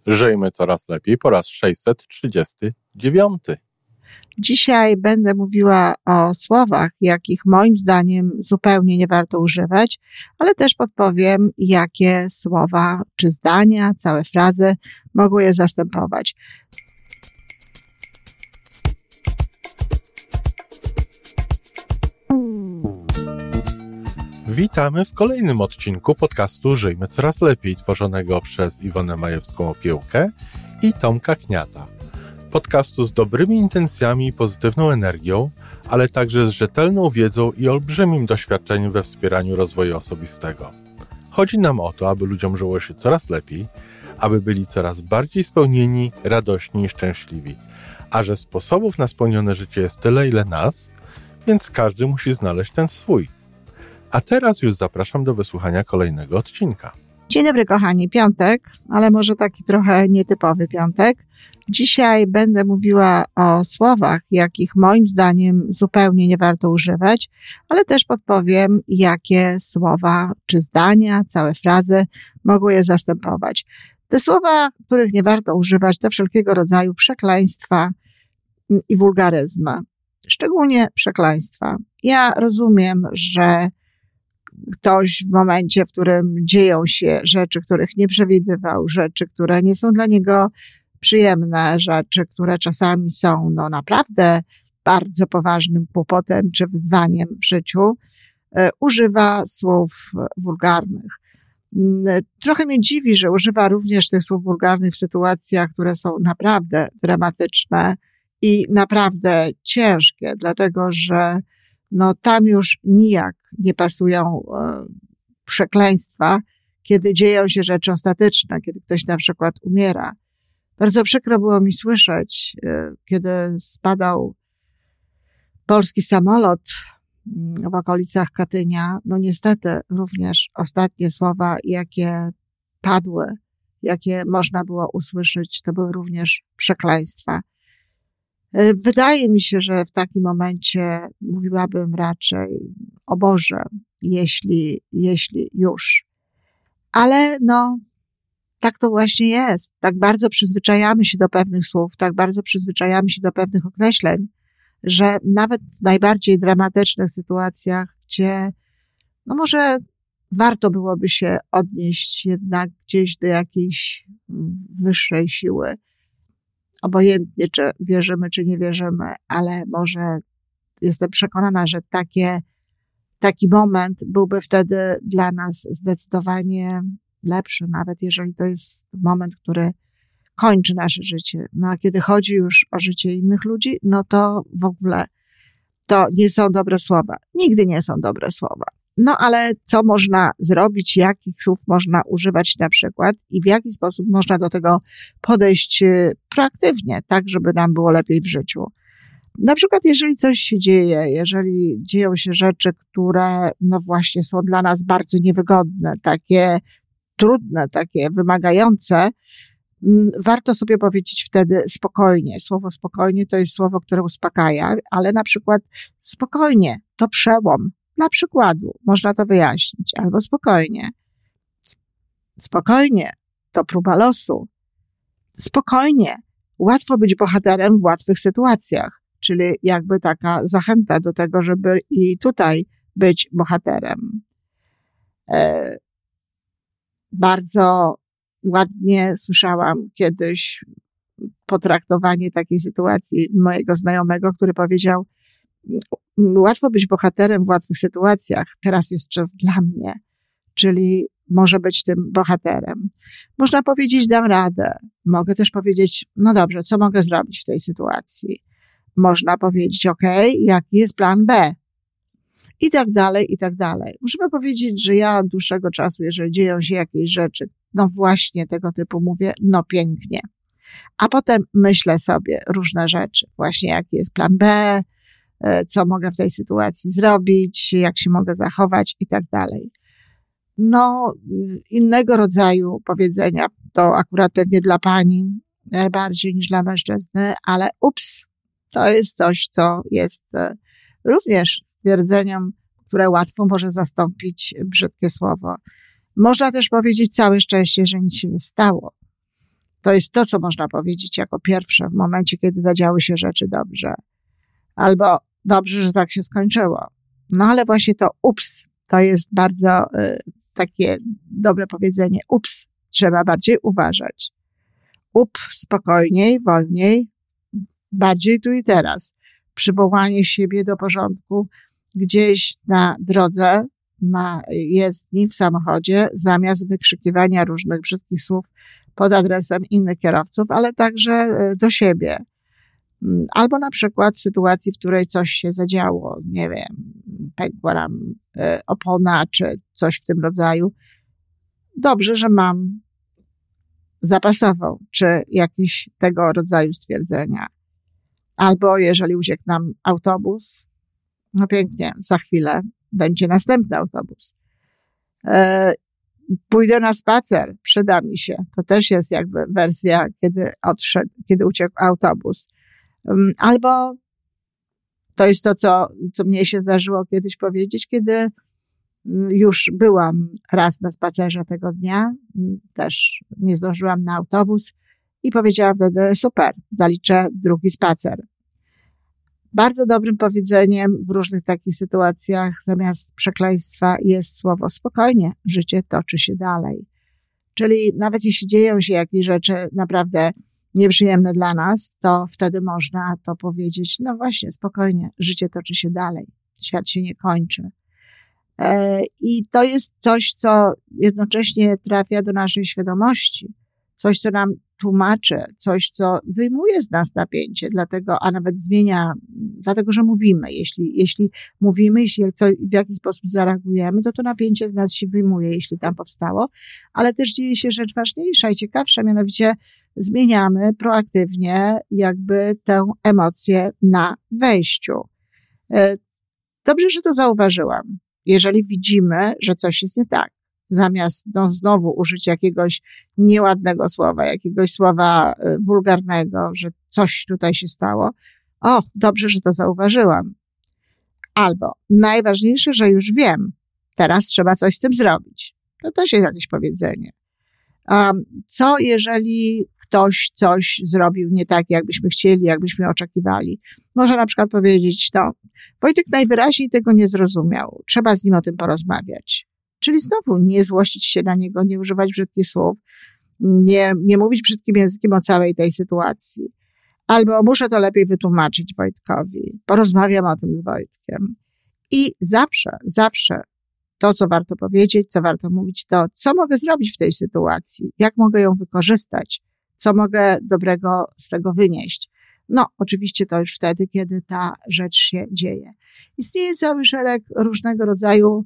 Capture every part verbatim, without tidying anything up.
Żyjmy coraz lepiej po raz sześćset trzydziesty dziewiąty. Dzisiaj będę mówiła o słowach, jakich moim zdaniem zupełnie nie warto używać, ale też podpowiem, jakie słowa czy zdania, całe frazy mogą je zastępować. Witamy w kolejnym odcinku podcastu Żyjmy Coraz Lepiej, tworzonego przez Iwonę Majewską-Opiełkę i Tomka Kniata. Podcastu z dobrymi intencjami i pozytywną energią, ale także z rzetelną wiedzą i olbrzymim doświadczeniem we wspieraniu rozwoju osobistego. Chodzi nam o to, aby ludziom żyło się coraz lepiej, aby byli coraz bardziej spełnieni, radośni i szczęśliwi. A że sposobów na spełnione życie jest tyle, ile nas, więc każdy musi znaleźć ten swój. A teraz już zapraszam do wysłuchania kolejnego odcinka. Dzień dobry kochani, piątek, ale może taki trochę nietypowy piątek. Dzisiaj będę mówiła o słowach, jakich moim zdaniem zupełnie nie warto używać, ale też podpowiem, jakie słowa czy zdania, całe frazy mogą je zastępować. Te słowa, których nie warto używać, to wszelkiego rodzaju przekleństwa i wulgaryzmy. Szczególnie przekleństwa. Ja rozumiem, że ktoś w momencie, w którym dzieją się rzeczy, których nie przewidywał, rzeczy, które nie są dla niego przyjemne, rzeczy, które czasami są no, naprawdę bardzo poważnym kłopotem czy wyzwaniem w życiu, e, używa słów wulgarnych. Trochę mnie dziwi, że używa również tych słów wulgarnych w sytuacjach, które są naprawdę dramatyczne i naprawdę ciężkie, dlatego że no tam już nijak nie pasują e, przekleństwa, kiedy dzieją się rzeczy ostateczne, kiedy ktoś na przykład umiera. Bardzo przykro było mi słyszeć, e, kiedy spadał polski samolot w okolicach Katynia. No niestety również ostatnie słowa, jakie padły, jakie można było usłyszeć, to były również przekleństwa. Wydaje mi się, że w takim momencie mówiłabym raczej o Boże, jeśli, jeśli już. Ale no, tak to właśnie jest. Tak bardzo przyzwyczajamy się do pewnych słów, tak bardzo przyzwyczajamy się do pewnych określeń, że nawet w najbardziej dramatycznych sytuacjach, gdzie no może warto byłoby się odnieść jednak gdzieś do jakiejś wyższej siły, obojętnie, czy wierzymy, czy nie wierzymy, ale może jestem przekonana, że takie, taki moment byłby wtedy dla nas zdecydowanie lepszy, nawet jeżeli to jest moment, który kończy nasze życie. No a kiedy chodzi już o życie innych ludzi, no to w ogóle to nie są dobre słowa. Nigdy nie są dobre słowa. No ale co można zrobić, jakich słów można używać na przykład i w jaki sposób można do tego podejść proaktywnie, tak żeby nam było lepiej w życiu. Na przykład jeżeli coś się dzieje, jeżeli dzieją się rzeczy, które no właśnie są dla nas bardzo niewygodne, takie trudne, takie wymagające, warto sobie powiedzieć wtedy spokojnie. Słowo spokojnie to jest słowo, które uspokaja, ale na przykład spokojnie to przełom. Dla przykładu można to wyjaśnić, albo spokojnie. Spokojnie, to próba losu. Spokojnie, łatwo być bohaterem w łatwych sytuacjach, czyli jakby taka zachęta do tego, żeby i tutaj być bohaterem. E, bardzo ładnie słyszałam kiedyś potraktowanie takiej sytuacji mojego znajomego, który powiedział: łatwo być bohaterem w łatwych sytuacjach, teraz jest czas dla mnie, czyli może być tym bohaterem. Można powiedzieć, dam radę. Mogę też powiedzieć, no dobrze, co mogę zrobić w tej sytuacji? Można powiedzieć, okej, jaki jest plan B? I tak dalej, i tak dalej. Muszę powiedzieć, że ja od dłuższego czasu, jeżeli dzieją się jakieś rzeczy, no właśnie tego typu mówię, no pięknie. A potem myślę sobie różne rzeczy, właśnie jaki jest plan B, co mogę w tej sytuacji zrobić, jak się mogę zachować i tak dalej. No, innego rodzaju powiedzenia, to akurat pewnie dla pani bardziej niż dla mężczyzny, ale ups, to jest coś, co jest również stwierdzeniem, które łatwo może zastąpić brzydkie słowo. Można też powiedzieć całe szczęście, że nic się nie stało. To jest to, co można powiedzieć jako pierwsze w momencie, kiedy zadziały się rzeczy dobrze. Albo dobrze, że tak się skończyło. No ale właśnie to ups, to jest bardzo y, takie dobre powiedzenie. Ups, trzeba bardziej uważać. Up, spokojniej, wolniej, bardziej tu i teraz. Przywołanie siebie do porządku gdzieś na drodze, na jezdni, w samochodzie, zamiast wykrzykiwania różnych brzydkich słów pod adresem innych kierowców, ale także do siebie. Albo na przykład w sytuacji, w której coś się zadziało, nie wiem, pękła nam opona, czy coś w tym rodzaju. Dobrze, że mam zapasową, czy jakieś tego rodzaju stwierdzenia. Albo jeżeli uciekł nam autobus, no pięknie, za chwilę będzie następny autobus. E, pójdę na spacer, przyda mi się. To też jest jakby wersja, kiedy odszedł, kiedy uciekł autobus. Um, albo to jest to, co, co mnie się zdarzyło kiedyś powiedzieć, kiedy już byłam raz na spacerze tego dnia, też nie zdążyłam na autobus i powiedziałam wtedy, super, zaliczę drugi spacer. Bardzo dobrym powiedzeniem w różnych takich sytuacjach zamiast przekleństwa jest słowo spokojnie, życie toczy się dalej. Czyli nawet jeśli dzieją się jakieś rzeczy naprawdę nieprzyjemne dla nas, to wtedy można to powiedzieć, no właśnie, spokojnie, życie toczy się dalej, świat się nie kończy. I to jest coś, co jednocześnie trafia do naszej świadomości, coś, co nam tłumaczy, coś, co wyjmuje z nas napięcie, dlatego, a nawet zmienia, dlatego, że mówimy. Jeśli, jeśli mówimy, jeśli co, w jakiś sposób zareagujemy, to to napięcie z nas się wyjmuje, jeśli tam powstało, ale też dzieje się rzecz ważniejsza i ciekawsza, mianowicie zmieniamy proaktywnie jakby tę emocję na wejściu. Dobrze, że to zauważyłam. Jeżeli widzimy, że coś jest nie tak, zamiast no, znowu użyć jakiegoś nieładnego słowa, jakiegoś słowa wulgarnego, że coś tutaj się stało, o, dobrze, że to zauważyłam. Albo najważniejsze, że już wiem, teraz trzeba coś z tym zrobić. To też jest jakieś powiedzenie. Um, co jeżeli ktoś coś zrobił nie tak, jakbyśmy chcieli, jakbyśmy oczekiwali? Może na przykład powiedzieć, no, Wojtek najwyraźniej tego nie zrozumiał. Trzeba z nim o tym porozmawiać. Czyli znowu nie złościć się na niego, nie używać brzydkich słów, nie, nie mówić brzydkim językiem o całej tej sytuacji. Albo muszę to lepiej wytłumaczyć Wojtkowi. Porozmawiam o tym z Wojtkiem. I zawsze, zawsze to, co warto powiedzieć, co warto mówić, to co mogę zrobić w tej sytuacji, jak mogę ją wykorzystać, co mogę dobrego z tego wynieść. No, oczywiście to już wtedy, kiedy ta rzecz się dzieje. Istnieje cały szereg różnego rodzaju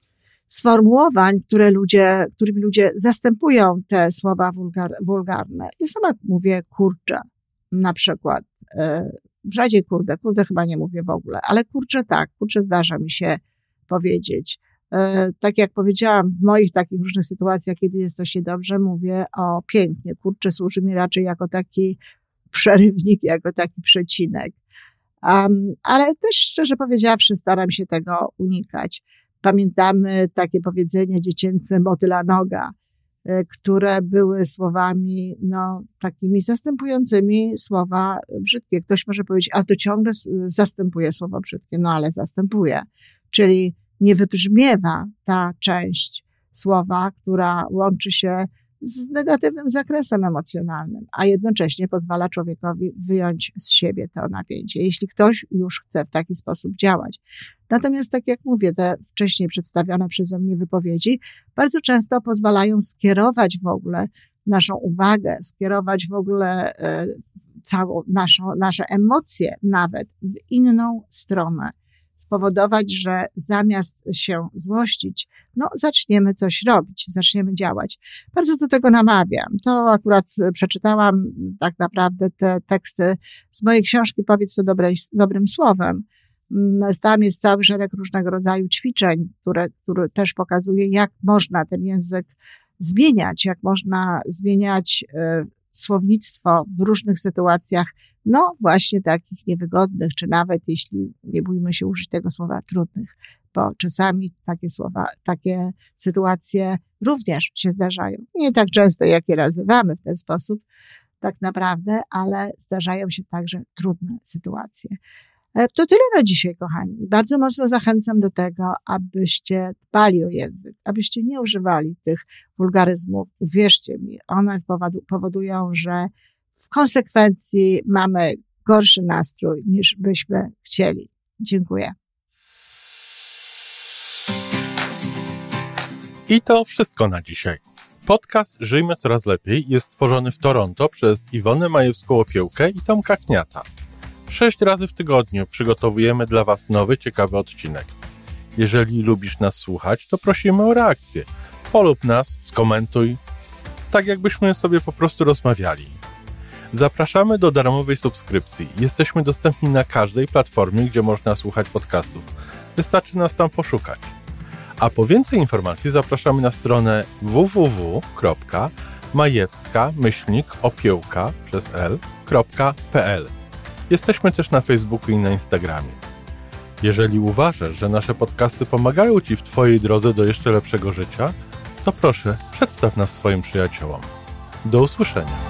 sformułowań, które ludzie, którymi ludzie zastępują te słowa wulgar, wulgarne. Ja sama mówię kurczę, na przykład. Rzadziej kurde, kurde chyba nie mówię w ogóle, ale kurczę tak, kurczę zdarza mi się powiedzieć. Tak jak powiedziałam, w moich takich różnych sytuacjach, kiedy jest coś niedobrze, mówię o pięknie. Kurczę służy mi raczej jako taki przerywnik, jako taki przecinek. Um, ale też szczerze powiedziawszy, staram się tego unikać. Pamiętamy takie powiedzenie dziecięce motyla noga, które były słowami, no, takimi zastępującymi słowa brzydkie. Ktoś może powiedzieć, ale to ciągle zastępuje słowo brzydkie. No, ale zastępuje. Czyli nie wybrzmiewa ta część słowa, która łączy się z negatywnym zakresem emocjonalnym, a jednocześnie pozwala człowiekowi wyjąć z siebie to napięcie, jeśli ktoś już chce w taki sposób działać. Natomiast, tak jak mówię, te wcześniej przedstawione przeze mnie wypowiedzi bardzo często pozwalają skierować w ogóle naszą uwagę, skierować w ogóle e, całą naszą, nasze emocje nawet w inną stronę. Spowodować, że zamiast się złościć, no zaczniemy coś robić, zaczniemy działać. Bardzo do tego namawiam. To akurat przeczytałam tak naprawdę te teksty z mojej książki Powiedz to dobrej, dobrym słowem. Tam jest cały szereg różnego rodzaju ćwiczeń, które, które też pokazuje, jak można ten język zmieniać, jak można zmieniać y, słownictwo w różnych sytuacjach, no właśnie takich niewygodnych, czy nawet, jeśli nie bójmy się użyć tego słowa, trudnych. bo czasami takie słowa, takie sytuacje również się zdarzają. Nie tak często, jak je nazywamy w ten sposób, tak naprawdę, ale zdarzają się także trudne sytuacje. To tyle na dzisiaj, kochani. Bardzo mocno zachęcam do tego, abyście dbali o język, abyście nie używali tych wulgaryzmów. Uwierzcie mi, one powodują, że w konsekwencji mamy gorszy nastrój, niż byśmy chcieli. Dziękuję. I to wszystko na dzisiaj. Podcast Żyjmy Coraz Lepiej jest stworzony w Toronto przez Iwonę Majewską-Opiełkę i Tomka Kniata. Sześć razy w tygodniu przygotowujemy dla Was nowy, ciekawy odcinek. Jeżeli lubisz nas słuchać, to prosimy o reakcję. Polub nas, skomentuj, tak jakbyśmy sobie po prostu rozmawiali. Zapraszamy do darmowej subskrypcji. Jesteśmy dostępni na każdej platformie, gdzie można słuchać podcastów. Wystarczy nas tam poszukać. A po więcej informacji zapraszamy na stronę w w w kropka majewska myślnik opiełka przez l kropka p l. Jesteśmy też na Facebooku i na Instagramie. Jeżeli uważasz, że nasze podcasty pomagają Ci w Twojej drodze do jeszcze lepszego życia, to proszę, przedstaw nas swoim przyjaciołom. Do usłyszenia.